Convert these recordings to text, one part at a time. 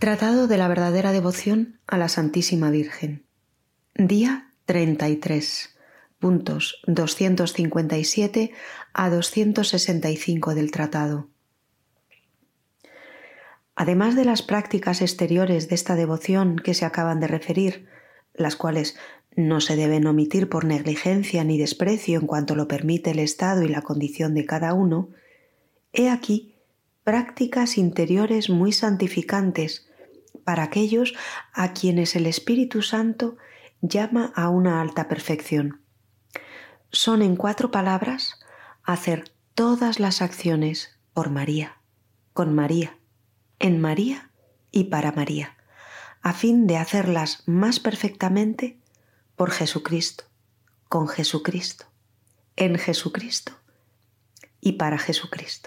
Tratado de la verdadera devoción a la Santísima Virgen. Día 33, puntos 257 a 265 del tratado. Además de las prácticas exteriores de esta devoción que se acaban de referir, las cuales no se deben omitir por negligencia ni desprecio en cuanto lo permite el estado y la condición de cada uno, he aquí prácticas interiores muy santificantes para aquellos a quienes el Espíritu Santo llama a una alta perfección. Son, en 4 palabras, hacer todas las acciones por María, con María, en María y para María, a fin de hacerlas más perfectamente por Jesucristo, con Jesucristo, en Jesucristo y para Jesucristo.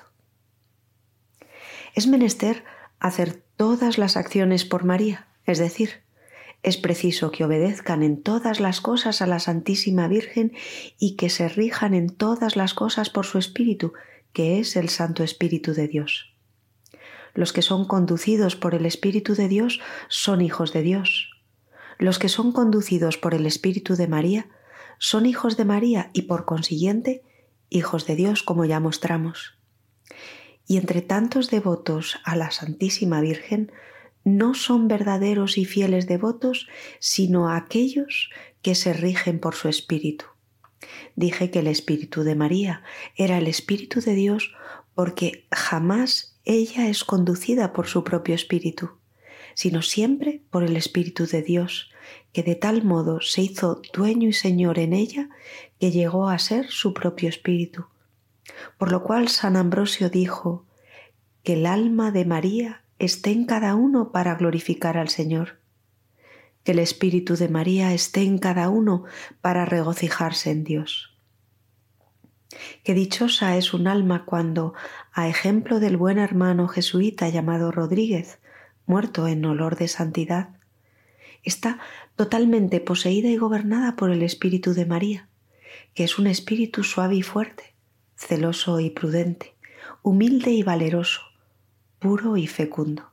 Es menester hacer todas las acciones por María, es decir, es preciso que obedezcan en todas las cosas a la Santísima Virgen y que se rijan en todas las cosas por su Espíritu, que es el Santo Espíritu de Dios. Los que son conducidos por el Espíritu de Dios son hijos de Dios. Los que son conducidos por el Espíritu de María son hijos de María y, por consiguiente, hijos de Dios, como ya mostramos. Y entre tantos devotos a la Santísima Virgen no son verdaderos y fieles devotos, sino aquellos que se rigen por su Espíritu. Dije que el Espíritu de María era el Espíritu de Dios porque jamás ella es conducida por su propio Espíritu, sino siempre por el Espíritu de Dios, que de tal modo se hizo dueño y señor en ella que llegó a ser su propio Espíritu. Por lo cual San Ambrosio dijo que el alma de María esté en cada uno para glorificar al Señor, que el Espíritu de María esté en cada uno para regocijarse en Dios. Qué dichosa es un alma cuando, a ejemplo del buen hermano jesuita llamado Rodríguez, muerto en olor de santidad, está totalmente poseída y gobernada por el Espíritu de María, que es un espíritu suave y fuerte, celoso y prudente, humilde y valeroso, puro y fecundo.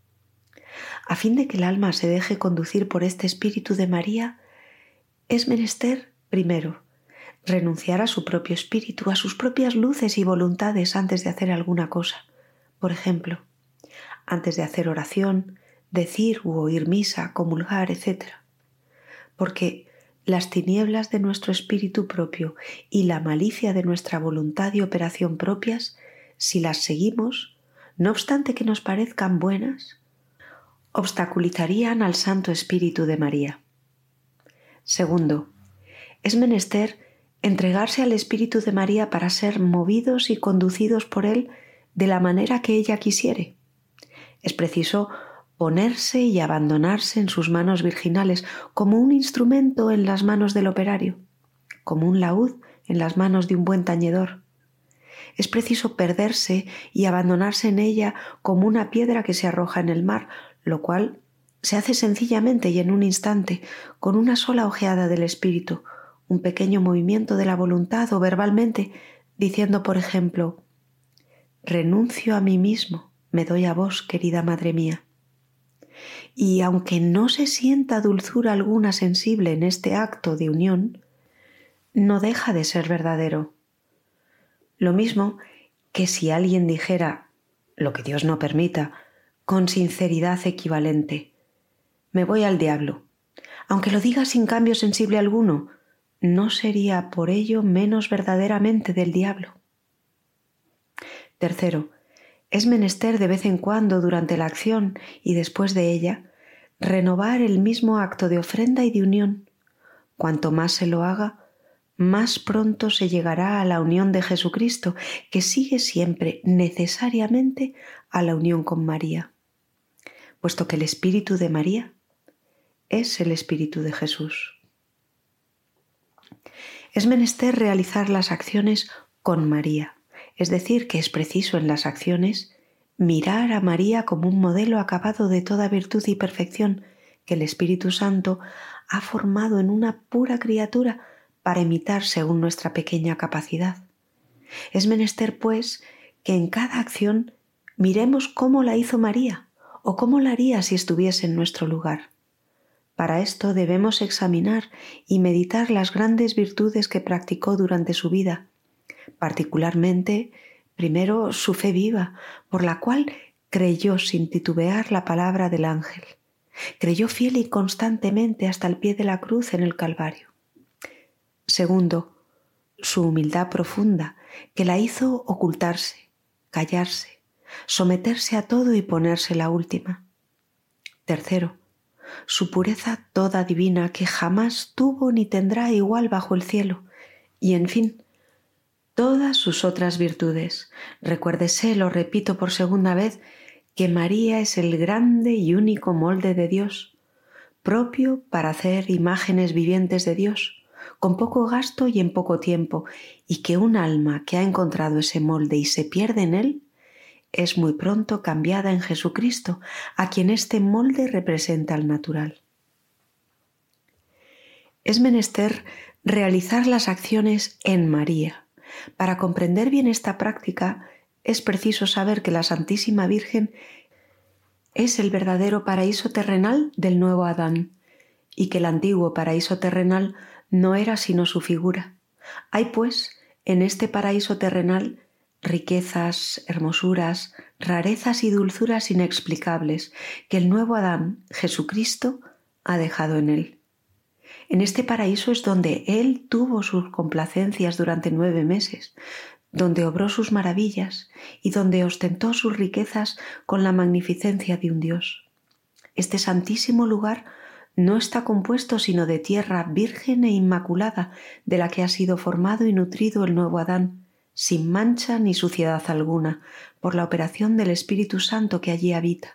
A fin de que el alma se deje conducir por este Espíritu de María, es menester, primero, renunciar a su propio espíritu, a sus propias luces y voluntades antes de hacer alguna cosa. Por ejemplo, antes de hacer oración, decir u oír misa, comulgar, etc. Porque las tinieblas de nuestro espíritu propio y la malicia de nuestra voluntad y operación propias, si las seguimos, no obstante que nos parezcan buenas, obstaculizarían al Santo Espíritu de María. Segundo, es menester entregarse al Espíritu de María para ser movidos y conducidos por él de la manera que ella quisiere. Es preciso ponerse y abandonarse en sus manos virginales como un instrumento en las manos del operario, como un laúd en las manos de un buen tañedor. Es preciso perderse y abandonarse en ella como una piedra que se arroja en el mar, lo cual se hace sencillamente y en un instante, con una sola ojeada del espíritu, un pequeño movimiento de la voluntad o verbalmente, diciendo, por ejemplo, «Renuncio a mí mismo, me doy a vos, querida Madre mía». Y aunque no se sienta dulzura alguna sensible en este acto de unión, no deja de ser verdadero. Lo mismo que si alguien dijera, lo que Dios no permita, con sinceridad equivalente, «Me voy al diablo», aunque lo diga sin cambio sensible alguno, no sería por ello menos verdaderamente del diablo. Tercero, es menester de vez en cuando durante la acción y después de ella renovar el mismo acto de ofrenda y de unión. Cuanto más se lo haga, más pronto se llegará a la unión de Jesucristo, que sigue siempre necesariamente a la unión con María, puesto que el Espíritu de María es el Espíritu de Jesús. Es menester realizar las acciones con María, es decir, que es preciso en las acciones mirar a María como un modelo acabado de toda virtud y perfección que el Espíritu Santo ha formado en una pura criatura para imitar según nuestra pequeña capacidad. Es menester, pues, que en cada acción miremos cómo la hizo María ¿O cómo la haría si estuviese en nuestro lugar? Para esto debemos examinar y meditar las grandes virtudes que practicó durante su vida, particularmente, primero, su fe viva, por la cual creyó sin titubear la palabra del ángel. Creyó fiel y constantemente hasta el pie de la cruz en el Calvario. Segundo, su humildad profunda, que la hizo ocultarse, callarse, someterse a todo y ponerse la última. Tercero, su pureza toda divina, que jamás tuvo ni tendrá igual bajo el cielo. Y en fin, todas sus otras virtudes. Recuérdese, lo repito por segunda vez, que María es el grande y único molde de Dios, propio para hacer imágenes vivientes de Dios, con poco gasto y en poco tiempo, y que un alma que ha encontrado ese molde y se pierde en él, es muy pronto cambiada en Jesucristo, a quien este molde representa al natural. Es menester realizar las acciones en María. Para comprender bien esta práctica, es preciso saber que la Santísima Virgen es el verdadero paraíso terrenal del nuevo Adán, y que el antiguo paraíso terrenal no era sino su figura. Hay, pues, en este paraíso terrenal riquezas, hermosuras, rarezas y dulzuras inexplicables que el nuevo Adán, Jesucristo, ha dejado en él. En este paraíso es donde Él tuvo sus complacencias durante 9 meses, donde obró sus maravillas y donde ostentó sus riquezas con la magnificencia de un Dios. Este santísimo lugar no está compuesto sino de tierra virgen e inmaculada, de la que ha sido formado y nutrido el nuevo Adán, sin mancha ni suciedad alguna, por la operación del Espíritu Santo que allí habita.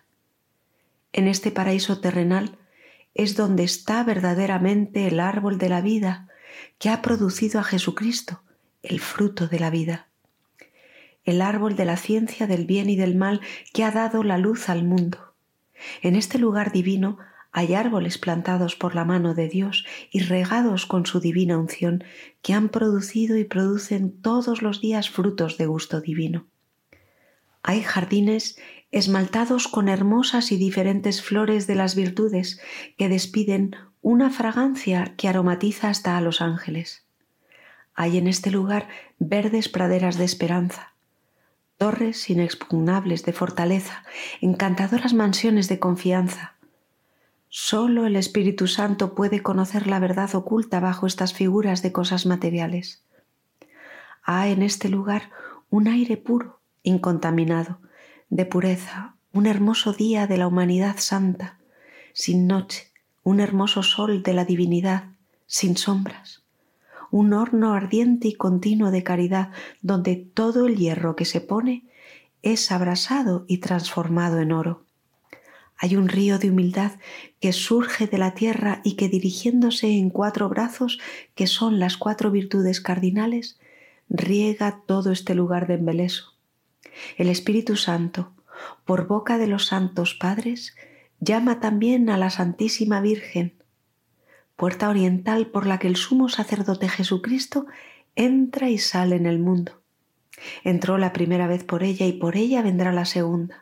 En este paraíso terrenal es donde está verdaderamente el árbol de la vida, que ha producido a Jesucristo, el fruto de la vida. El árbol de la ciencia del bien y del mal, que ha dado la luz al mundo. En este lugar divino hay árboles plantados por la mano de Dios y regados con su divina unción, que han producido y producen todos los días frutos de gusto divino. Hay jardines esmaltados con hermosas y diferentes flores de las virtudes, que despiden una fragancia que aromatiza hasta a los ángeles. Hay en este lugar verdes praderas de esperanza, torres inexpugnables de fortaleza, encantadoras mansiones de confianza. Solo el Espíritu Santo puede conocer la verdad oculta bajo estas figuras de cosas materiales. Hay en este lugar un aire puro, incontaminado, de pureza, un hermoso día de la humanidad santa, sin noche, un hermoso sol de la divinidad, sin sombras, un horno ardiente y continuo de caridad, donde todo el hierro que se pone es abrasado y transformado en oro. Hay un río de humildad que surge de la tierra y que, dirigiéndose en 4 brazos, que son las 4 virtudes cardinales, riega todo este lugar de embeleso. El Espíritu Santo, por boca de los santos padres, llama también a la Santísima Virgen, puerta oriental por la que el sumo sacerdote Jesucristo entra y sale en el mundo. Entró la primera vez por ella y por ella vendrá la segunda.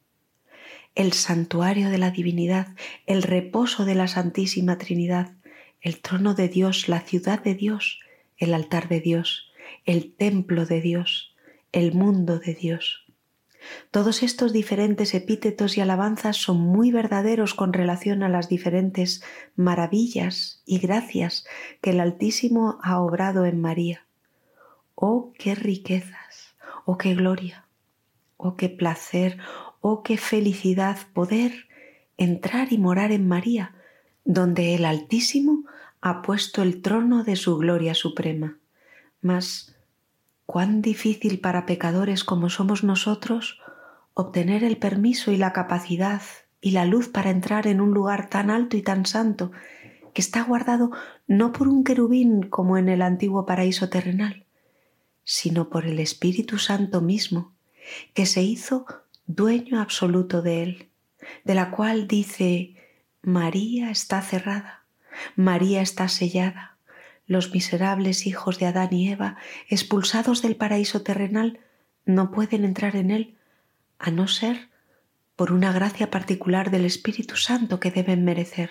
El santuario de la divinidad, el reposo de la Santísima Trinidad, el trono de Dios, la ciudad de Dios, el altar de Dios, el templo de Dios, el mundo de Dios. Todos estos diferentes epítetos y alabanzas son muy verdaderos con relación a las diferentes maravillas y gracias que el Altísimo ha obrado en María. ¡Oh, qué riquezas! ¡Oh, qué gloria! ¡Oh, qué placer! ¡Oh, qué felicidad poder entrar y morar en María, donde el Altísimo ha puesto el trono de su gloria suprema! Mas cuán difícil para pecadores como somos nosotros obtener el permiso y la capacidad y la luz para entrar en un lugar tan alto y tan santo, que está guardado no por un querubín como en el antiguo paraíso terrenal, sino por el Espíritu Santo mismo, que se hizo dueño absoluto de él, de la cual dice: María está cerrada, María está sellada. Los miserables hijos de Adán y Eva, expulsados del paraíso terrenal, no pueden entrar en él, a no ser por una gracia particular del Espíritu Santo que deben merecer.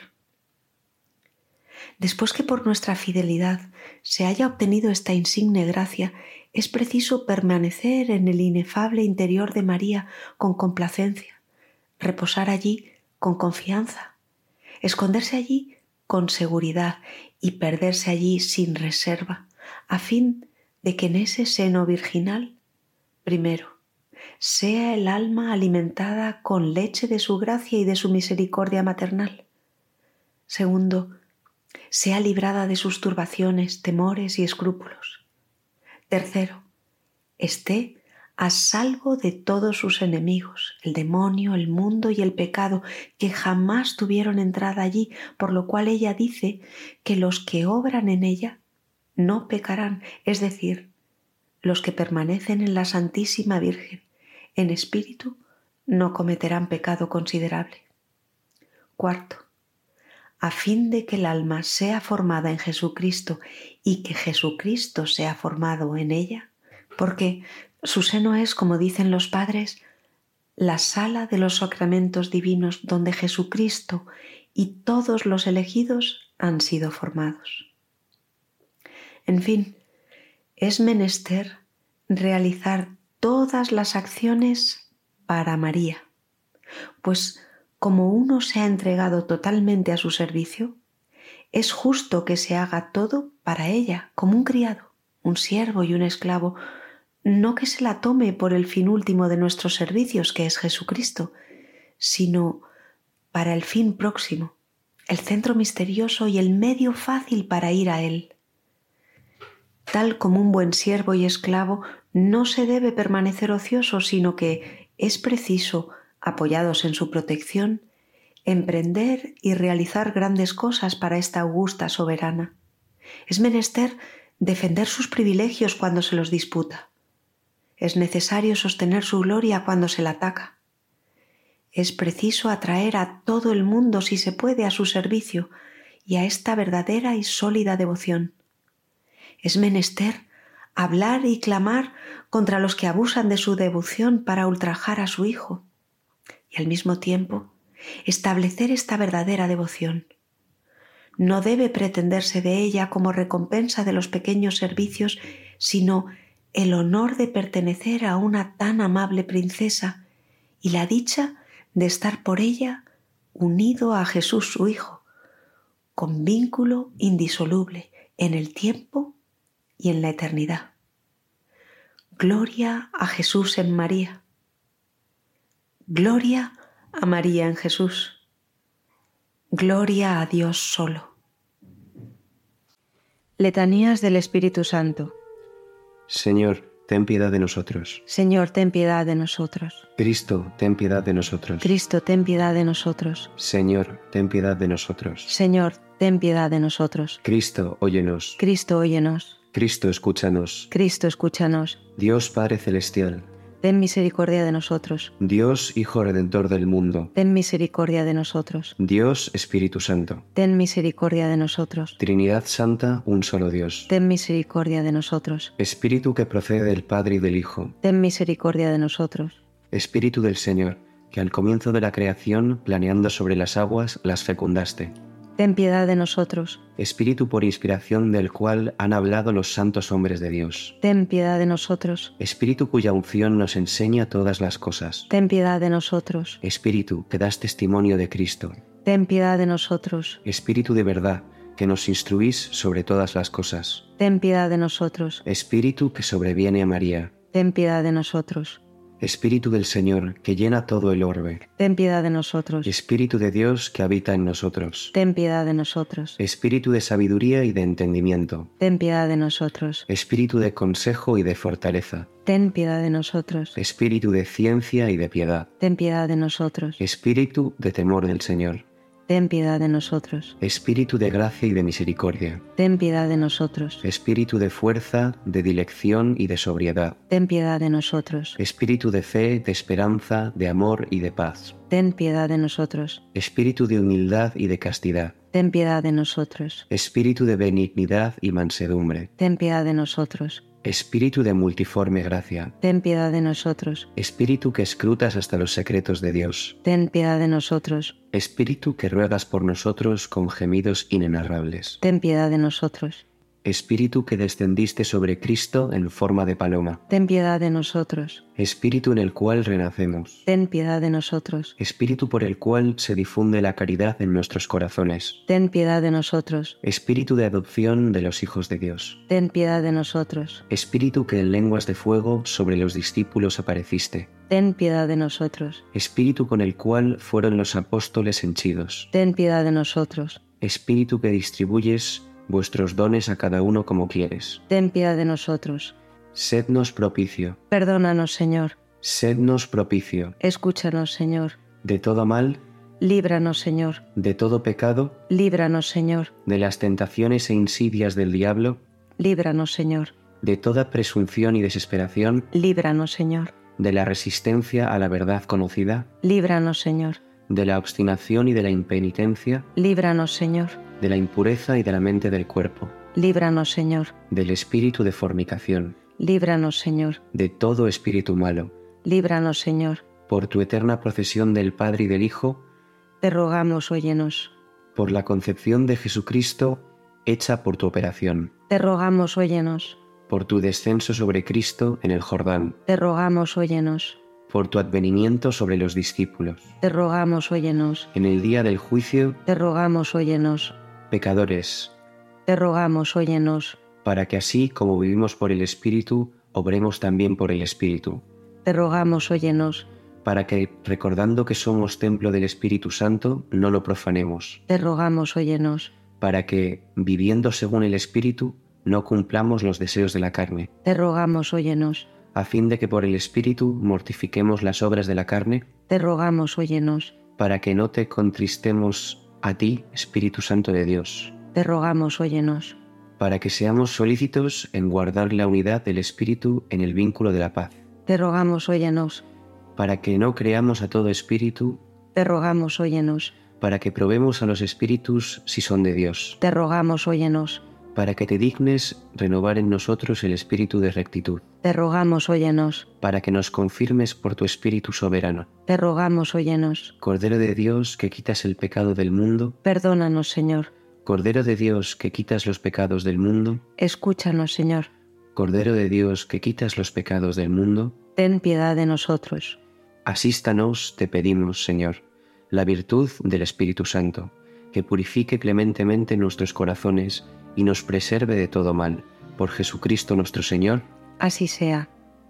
Después que por nuestra fidelidad se haya obtenido esta insigne gracia, es preciso permanecer en el inefable interior de María con complacencia, reposar allí con confianza, esconderse allí con seguridad y perderse allí sin reserva, a fin de que en ese seno virginal, primero, sea el alma alimentada con leche de su gracia y de su misericordia maternal. Segundo, sea librada de sus turbaciones, temores y escrúpulos. Tercero, esté a salvo de todos sus enemigos, el demonio, el mundo y el pecado, que jamás tuvieron entrada allí, por lo cual ella dice que los que obran en ella no pecarán, es decir, los que permanecen en la Santísima Virgen, en espíritu, no cometerán pecado considerable. Cuarto, a fin de que el alma sea formada en Jesucristo y que Jesucristo sea formado en ella, porque su seno es, como dicen los padres, la sala de los sacramentos divinos donde Jesucristo y todos los elegidos han sido formados. En fin, es menester realizar todas las acciones para María, pues como uno se ha entregado totalmente a su servicio, es justo que se haga todo para ella, como un criado, un siervo y un esclavo, no que se la tome por el fin último de nuestros servicios, que es Jesucristo, sino para el fin próximo, el centro misterioso y el medio fácil para ir a Él. Tal como un buen siervo y esclavo, no se debe permanecer ocioso, sino que es preciso, apoyados en su protección, emprender y realizar grandes cosas para esta augusta soberana. Es menester defender sus privilegios cuando se los disputa. Es necesario sostener su gloria cuando se la ataca. Es preciso atraer a todo el mundo, si se puede, a su servicio y a esta verdadera y sólida devoción. Es menester hablar y clamar contra los que abusan de su devoción para ultrajar a su Hijo y al mismo tiempo establecer esta verdadera devoción. No debe pretenderse de ella como recompensa de los pequeños servicios, sino el honor de pertenecer a una tan amable princesa y la dicha de estar por ella unido a Jesús su Hijo, con vínculo indisoluble en el tiempo y en la eternidad. Gloria a Jesús en María. Gloria a María en Jesús. Gloria a Dios solo. Letanías del Espíritu Santo. Señor, ten piedad de nosotros. Señor, ten piedad de nosotros. Cristo, ten piedad de nosotros. Cristo, ten piedad de nosotros. Señor, ten piedad de nosotros. Señor, ten piedad de nosotros. Cristo, óyenos. Cristo, óyenos. Cristo, escúchanos. Cristo, escúchanos. Dios Padre Celestial. Ten misericordia de nosotros. Dios Hijo Redentor del mundo. Ten misericordia de nosotros. Dios Espíritu Santo. Ten misericordia de nosotros. Trinidad Santa, un solo Dios. Ten misericordia de nosotros. Espíritu que procede del Padre y del Hijo. Ten misericordia de nosotros. Espíritu del Señor, que al comienzo de la creación, planeando sobre las aguas, las fecundaste. Ten piedad de nosotros. Espíritu por inspiración del cual han hablado los santos hombres de Dios. Ten piedad de nosotros. Espíritu cuya unción nos enseña todas las cosas. Ten piedad de nosotros. Espíritu que das testimonio de Cristo. Ten piedad de nosotros. Espíritu de verdad, que nos instruís sobre todas las cosas. Ten piedad de nosotros. Espíritu que sobreviene a María. Ten piedad de nosotros. Espíritu del Señor, que llena todo el orbe. Ten piedad de nosotros. Espíritu de Dios, que habita en nosotros. Ten piedad de nosotros. Espíritu de sabiduría y de entendimiento. Ten piedad de nosotros. Espíritu de consejo y de fortaleza. Ten piedad de nosotros. Espíritu de ciencia y de piedad. Ten piedad de nosotros. Espíritu de temor del Señor. Ten piedad de nosotros. Espíritu de gracia y de misericordia. Ten piedad de nosotros. Espíritu de fuerza, de dilección y de sobriedad. Ten piedad de nosotros. Espíritu de fe, de esperanza, de amor y de paz. Ten piedad de nosotros. Espíritu de humildad y de castidad. Ten piedad de nosotros. Espíritu de benignidad y mansedumbre. Ten piedad de nosotros. Espíritu de multiforme gracia, ten piedad de nosotros. Espíritu que escrutas hasta los secretos de Dios, Ten piedad de nosotros. Espíritu que ruegas por nosotros con gemidos inenarrables, Ten piedad de nosotros. Espíritu que descendiste sobre Cristo en forma de paloma, Ten piedad de nosotros. Espíritu en el cual renacemos, Ten piedad de nosotros. Espíritu por el cual se difunde la caridad en nuestros corazones, Ten piedad de nosotros. Espíritu de adopción de los hijos de Dios, Ten piedad de nosotros. Espíritu que en lenguas de fuego sobre los discípulos apareciste, Ten piedad de nosotros. Espíritu con el cual fueron los apóstoles henchidos, Ten piedad de nosotros. Espíritu que distribuyes vuestros dones a cada uno como quieres. Ten piedad de nosotros. Sednos propicio, Perdónanos, Señor. sednos propicio, Escúchanos, Señor. de todo mal, Líbranos, Señor. de todo pecado, Líbranos, Señor. de las tentaciones e insidias del diablo, Líbranos, Señor. de toda presunción y desesperación, Líbranos, Señor. de la resistencia a la verdad conocida, Líbranos, Señor. de la obstinación y de la impenitencia, Líbranos, Señor. de la impureza y de la mente del cuerpo, Líbranos, Señor. del espíritu de fornicación, Líbranos, Señor. de todo espíritu malo, Líbranos, Señor. por tu eterna procesión del Padre y del Hijo, Te rogamos, óyenos. por la concepción de Jesucristo hecha por tu operación, Te rogamos, óyenos. por tu descenso sobre Cristo en el Jordán, Te rogamos, óyenos. por tu advenimiento sobre los discípulos, Te rogamos, óyenos. en el día del juicio, Te rogamos, óyenos. pecadores, Te rogamos, óyenos. para que así como vivimos por el Espíritu, obremos también por el Espíritu, Te rogamos, óyenos. para que, recordando que somos templo del Espíritu Santo, no lo profanemos, Te rogamos, óyenos. para que, viviendo según el Espíritu, no cumplamos los deseos de la carne, Te rogamos, óyenos. a fin de que por el Espíritu mortifiquemos las obras de la carne, Te rogamos, óyenos. para que no te contristemos a ti, Espíritu Santo de Dios, Te rogamos, óyenos. para que seamos solícitos en guardar la unidad del Espíritu en el vínculo de la paz, Te rogamos, óyenos. para que no creamos a todo espíritu, Te rogamos, óyenos. para que probemos a los espíritus si son de Dios, Te rogamos, óyenos. para que te dignes renovar en nosotros el espíritu de rectitud, Te rogamos, óyenos. para que nos confirmes por tu Espíritu soberano. Te rogamos, óyenos. Cordero de Dios que quitas el pecado del mundo, Perdónanos, Señor. Cordero de Dios que quitas los pecados del mundo, Escúchanos, Señor. Cordero de Dios que quitas los pecados del mundo, Ten piedad de nosotros. asístanos, te pedimos, Señor, la virtud del Espíritu Santo, que purifique clementemente nuestros corazones y nos preserve de todo mal. Por Jesucristo nuestro Señor. Así sea.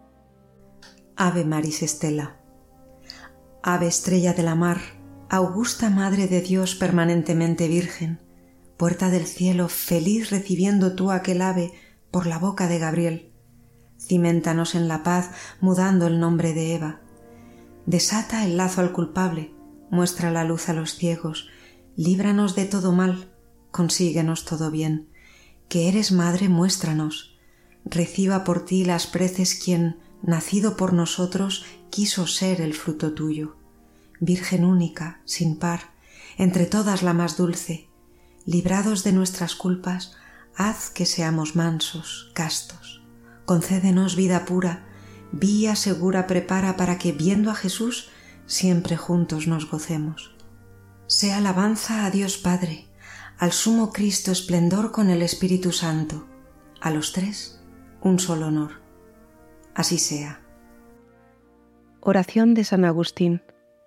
Ave Maris Stella. Ave estrella de la mar, augusta Madre de Dios permanentemente Virgen, puerta del cielo, feliz recibiendo tú aquel ave por la boca de Gabriel. Ciméntanos en la paz, mudando el nombre de Eva. Desata el lazo al culpable, muestra la luz a los ciegos, líbranos de todo mal, consíguenos todo bien. Que eres Madre, muéstranos. Reciba por ti las preces quien, nacido por nosotros, quiso ser el fruto tuyo. Virgen única, sin par, entre todas la más dulce, librados de nuestras culpas, haz que seamos mansos, castos. Concédenos vida pura, vía segura prepara para que, viendo a Jesús, siempre juntos nos gocemos. Sea alabanza a Dios Padre, al sumo Cristo esplendor con el Espíritu Santo, a los tres un solo honor. Así sea. Oración de San Agustín.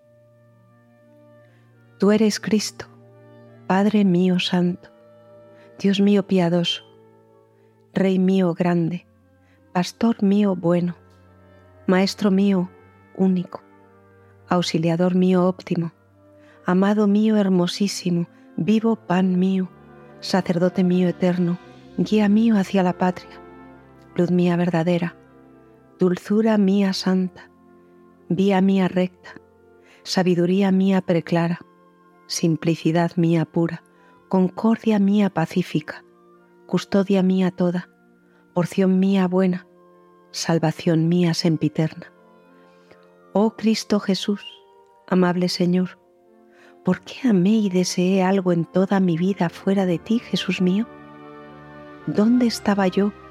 Tú eres Cristo, Padre mío santo, Dios mío piadoso, Rey mío grande, Pastor mío bueno, Maestro mío único, Auxiliador mío óptimo, Amado mío hermosísimo, vivo pan mío, sacerdote mío eterno, guía mío hacia la patria, luz mía verdadera, dulzura mía santa, vía mía recta, sabiduría mía preclara, simplicidad mía pura, concordia mía pacífica, custodia mía toda, porción mía buena, salvación mía sempiterna. Oh Cristo Jesús, amable Señor, ¿por qué amé y deseé algo en toda mi vida fuera de ti, Jesús mío? ¿Dónde estaba yo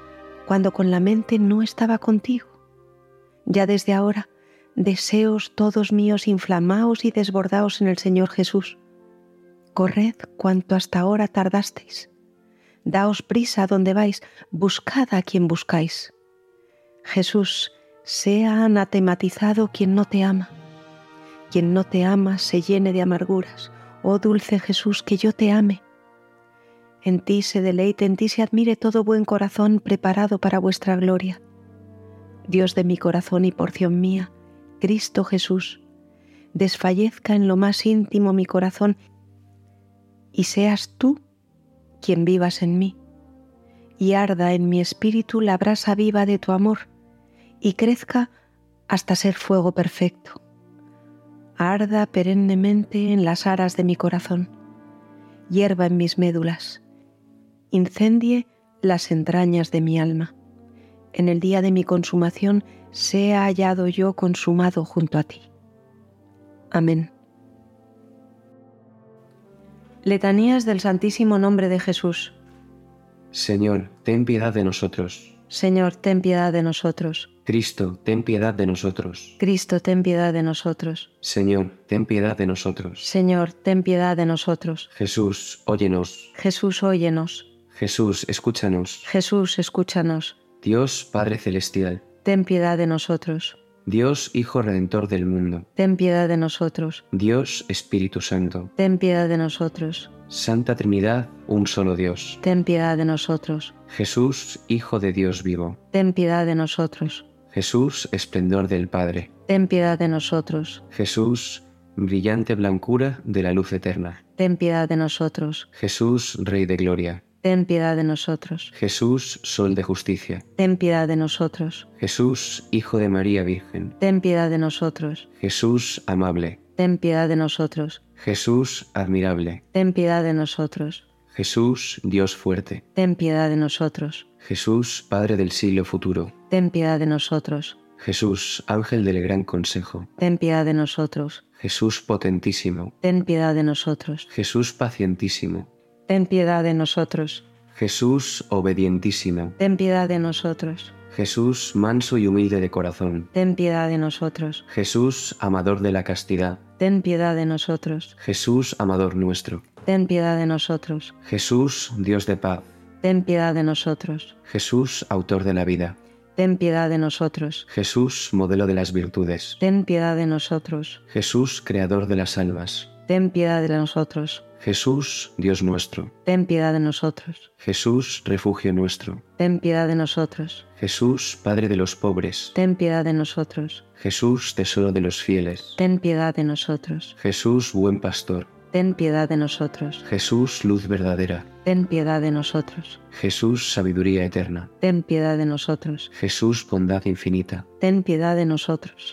cuando con la mente no estaba contigo. Ya desde ahora, deseos todos míos inflamaos y desbordaos en el Señor Jesús. Corred cuanto hasta ahora tardasteis. Daos prisa a donde vais, buscad a quien buscáis. Jesús, sea anatematizado quien no te ama. Quien no te ama se llene de amarguras. Oh dulce Jesús, que yo te ame. En ti se deleite, en ti se admire todo buen corazón preparado para vuestra gloria. Dios de mi corazón y porción mía, Cristo Jesús, desfallezca en lo más íntimo mi corazón y seas tú quien vivas en mí, y arda en mi espíritu la brasa viva de tu amor y crezca hasta ser fuego perfecto. Arda perennemente en las aras de mi corazón, hierva en mis médulas, incendie las entrañas de mi alma. En el día de mi consumación sea hallado yo consumado junto a ti. Amén. Letanías del Santísimo Nombre de Jesús. Señor, ten piedad de nosotros. Señor, ten piedad de nosotros. Cristo, ten piedad de nosotros. Cristo, ten piedad de nosotros. Señor, ten piedad de nosotros. Señor, ten piedad de nosotros. Jesús, óyenos. Jesús, óyenos. Jesús, escúchanos. Jesús, escúchanos. Dios Padre Celestial. Ten piedad de nosotros. Dios Hijo Redentor del mundo. Ten piedad de nosotros. Dios Espíritu Santo. Ten piedad de nosotros. Santa Trinidad, un solo Dios. Ten piedad de nosotros. Jesús, Hijo de Dios vivo. Ten piedad de nosotros. Jesús, esplendor del Padre. Ten piedad de nosotros. Jesús, brillante blancura de la luz eterna. Ten piedad de nosotros. Jesús, Rey de gloria. Ten piedad de nosotros. Jesús, Sol de justicia. Ten piedad de nosotros. Jesús, Hijo de María Virgen. Ten piedad de nosotros. Jesús, amable. Ten piedad de nosotros. Jesús, admirable. Ten piedad de nosotros. Jesús, Dios fuerte. Ten piedad de nosotros. Jesús, Padre del siglo futuro. Ten piedad de nosotros. Jesús, Ángel del gran consejo. Ten piedad de nosotros. Jesús potentísimo. Ten piedad de nosotros. Jesús pacientísimo. Ten piedad de nosotros. Jesús obedientísimo. Ten piedad de nosotros. Jesús manso y humilde de corazón. Ten piedad de nosotros. Jesús amador de la castidad. Ten piedad de nosotros. Jesús amador nuestro. Ten piedad de nosotros. Jesús Dios de paz. Ten piedad de nosotros. Jesús autor de la vida. Ten piedad de nosotros. Jesús modelo de las virtudes. Ten piedad de nosotros. Jesús creador de las almas. Ten piedad de nosotros. Jesús Dios nuestro. Ten piedad de nosotros. Jesús refugio nuestro. Ten piedad de nosotros. Jesús Padre de los pobres. Ten piedad de nosotros. Jesús tesoro de los fieles. Ten piedad de nosotros. Jesús buen pastor. Ten piedad de nosotros. Jesús luz verdadera. Ten piedad de nosotros. Jesús sabiduría eterna. Ten piedad de nosotros. Jesús bondad infinita. Ten piedad de nosotros.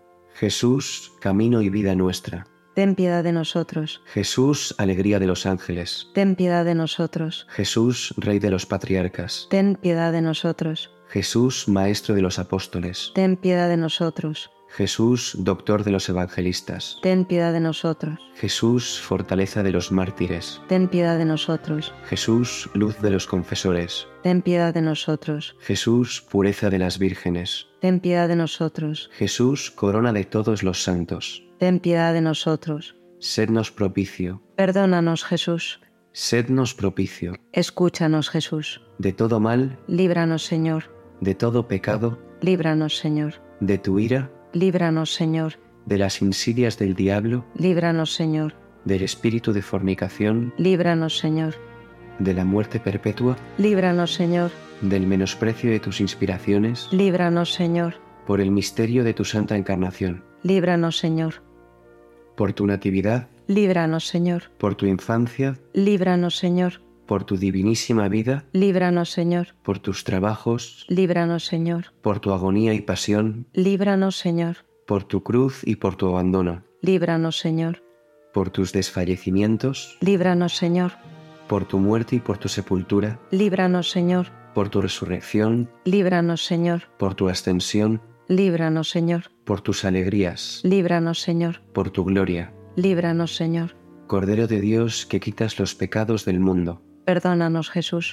Jesús camino y vida nuestra. Ten piedad de nosotros. Jesús alegría de los ángeles. Ten piedad de nosotros. Jesús rey de los patriarcas. Ten piedad de nosotros. Jesús maestro de los apóstoles. Ten piedad de nosotros. Jesús doctor de los evangelistas. Ten piedad de nosotros. Jesús fortaleza de los mártires. Ten piedad de nosotros. Jesús luz de los confesores. Ten piedad de nosotros. Jesús pureza de las vírgenes. Ten piedad de nosotros. Jesús corona de todos los santos. Ten piedad de nosotros. Sednos propicio. Perdónanos, Jesús. Sednos propicio. Escúchanos, Jesús. De todo mal. Líbranos, Señor. De todo pecado. Líbranos, Señor. De tu ira. Líbranos, Señor. De las insidias del diablo. Líbranos, Señor. Del espíritu de fornicación. Líbranos, Señor. De la muerte perpetua. Líbranos, Señor. Del menosprecio de tus inspiraciones. Líbranos, Señor. Por el misterio de tu santa encarnación. Líbranos, Señor. Por tu natividad. Líbranos, Señor. Por tu infancia. Líbranos, Señor. Por tu divinísima vida. Líbranos, Señor. Por tus trabajos. Líbranos, Señor. Por tu agonía y pasión. Líbranos, Señor. Por tu cruz y por tu abandono. Líbranos, Señor. Por tus desfallecimientos. Líbranos, Señor. Por tu muerte y por tu sepultura. Líbranos, Señor. Por tu resurrección. Líbranos, Señor. Por tu ascensión. Líbranos, Señor. Por tus alegrías. Líbranos, Señor. Por tu gloria. Líbranos, Señor. Cordero de Dios que quitas los pecados del mundo. Perdónanos, Jesús.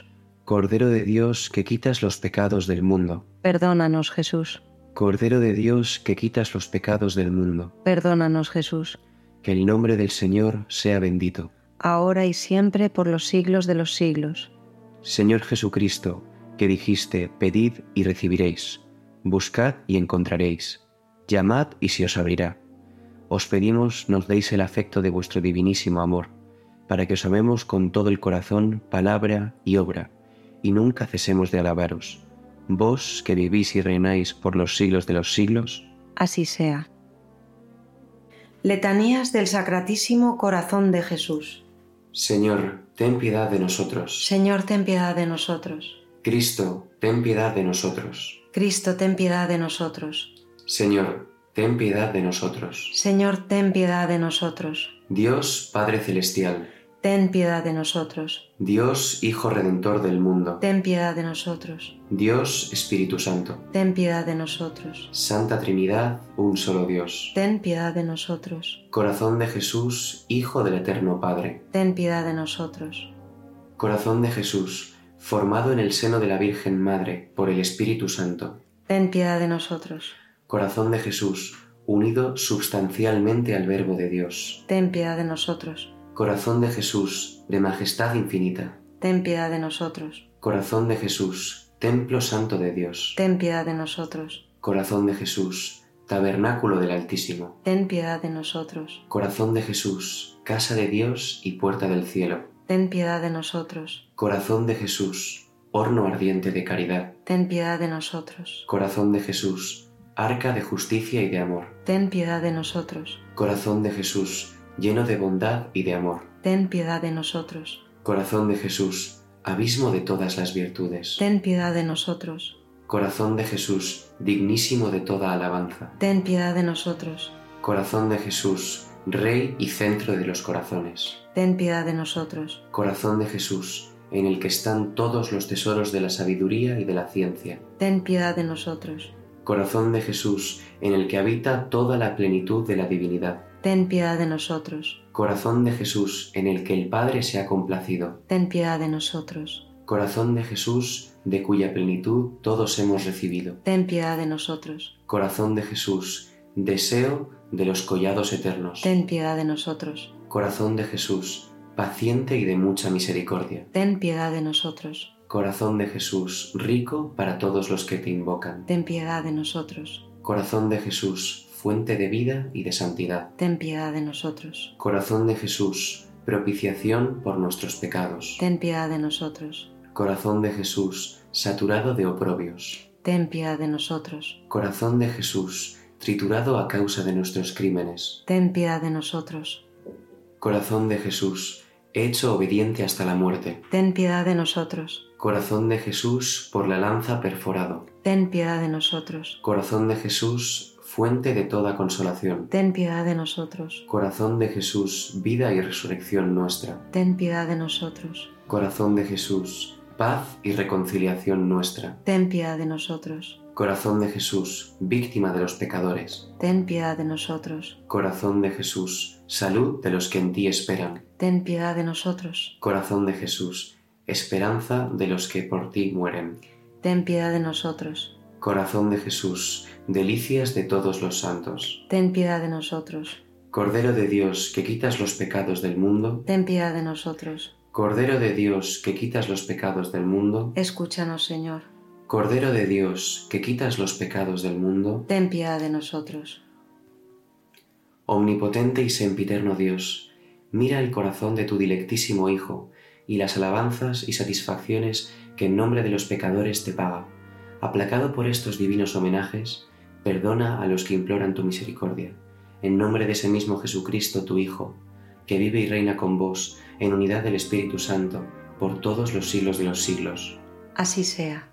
Cordero de Dios, que quitas los pecados del mundo. Perdónanos, Jesús. Cordero de Dios, que quitas los pecados del mundo. Perdónanos, Jesús. Que el nombre del Señor sea bendito. Ahora y siempre, por los siglos de los siglos. Señor Jesucristo, que dijiste, pedid y recibiréis, buscad y encontraréis, llamad y se os abrirá. Os pedimos nos deis el afecto de vuestro divinísimo amor, para que os amemos con todo el corazón, palabra y obra, y nunca cesemos de alabaros. Vos, que vivís y reináis por los siglos de los siglos. Así sea. Letanías del Sacratísimo Corazón de Jesús. Señor, ten piedad de nosotros. Señor, ten piedad de nosotros. Cristo, ten piedad de nosotros. Cristo, ten piedad de nosotros. Señor, ten piedad de nosotros. Señor, ten piedad de nosotros. Dios Padre Celestial, Ten piedad de nosotros. Dios Hijo Redentor del mundo, Ten piedad de nosotros. Dios Espíritu Santo, Ten piedad de nosotros. Santa Trinidad, un solo Dios. Ten piedad de nosotros. Corazón de Jesús, Hijo del Eterno Padre. Ten piedad de nosotros. Corazón de Jesús, formado en el seno de la Virgen Madre por el Espíritu Santo. Ten piedad de nosotros. Corazón de Jesús, unido substancialmente al Verbo de Dios. Ten piedad de nosotros. Corazón de Jesús, de majestad infinita. Ten piedad de nosotros. Corazón de Jesús, templo santo de Dios. Ten piedad de nosotros. Corazón de Jesús, tabernáculo del Altísimo. Ten piedad de nosotros. Corazón de Jesús, casa de Dios y puerta del cielo. Ten piedad de nosotros. Corazón de Jesús, horno ardiente de caridad. Ten piedad de nosotros. Corazón de Jesús, arca de justicia y de amor. Ten piedad de nosotros. Corazón de Jesús, lleno de bondad y de amor. Ten piedad de nosotros. Corazón de Jesús, abismo de todas las virtudes. Ten piedad de nosotros. Corazón de Jesús, dignísimo de toda alabanza. Ten piedad de nosotros. Corazón de Jesús, Rey y centro de los corazones. Ten piedad de nosotros. Corazón de Jesús, en el que están todos los tesoros de la sabiduría y de la ciencia. Ten piedad de nosotros. Corazón de Jesús, en el que habita toda la plenitud de la divinidad. Ten piedad de nosotros. Corazón de Jesús, en el que el Padre se ha complacido. Ten piedad de nosotros. Corazón de Jesús, de cuya plenitud todos hemos recibido. Ten piedad de nosotros. Corazón de Jesús, deseo de los collados eternos. Ten piedad de nosotros. Corazón de Jesús, paciente y de mucha misericordia. Ten piedad de nosotros. Corazón de Jesús, rico para todos los que te invocan. Ten piedad de nosotros. Corazón de Jesús, fuente de vida y de santidad. Ten piedad de nosotros. Corazón de Jesús, propiciación por nuestros pecados. Ten piedad de nosotros. Corazón de Jesús, saturado de oprobios. Ten piedad de nosotros. Corazón de Jesús, triturado a causa de nuestros crímenes. Ten piedad de nosotros. Corazón de Jesús, hecho obediente hasta la muerte. Ten piedad de nosotros. Corazón de Jesús, por la lanza perforado. Ten piedad de nosotros. Corazón de Jesús, fuente de toda consolación. Ten piedad de nosotros. Corazón de Jesús, vida y resurrección nuestra. Ten piedad de nosotros. Corazón de Jesús, paz y reconciliación nuestra. Ten piedad de nosotros. Corazón de Jesús, víctima de los pecadores. Ten piedad de nosotros. Corazón de Jesús, salud de los que en ti esperan. Ten piedad de nosotros. Corazón de Jesús, esperanza de los que por ti mueren. Ten piedad de nosotros. Corazón de Jesús, delicias de todos los santos. Ten piedad de nosotros. Cordero de Dios, que quitas los pecados del mundo. Ten piedad de nosotros. Cordero de Dios, que quitas los pecados del mundo. Escúchanos, Señor. Cordero de Dios, que quitas los pecados del mundo. Ten piedad de nosotros. Omnipotente y sempiterno Dios, mira el corazón de tu dilectísimo Hijo y las alabanzas y satisfacciones que en nombre de los pecadores te paga. Aplacado por estos divinos homenajes, perdona a los que imploran tu misericordia. En nombre de ese mismo Jesucristo, tu Hijo, que vive y reina con vos en unidad del Espíritu Santo por todos los siglos de los siglos. Así sea.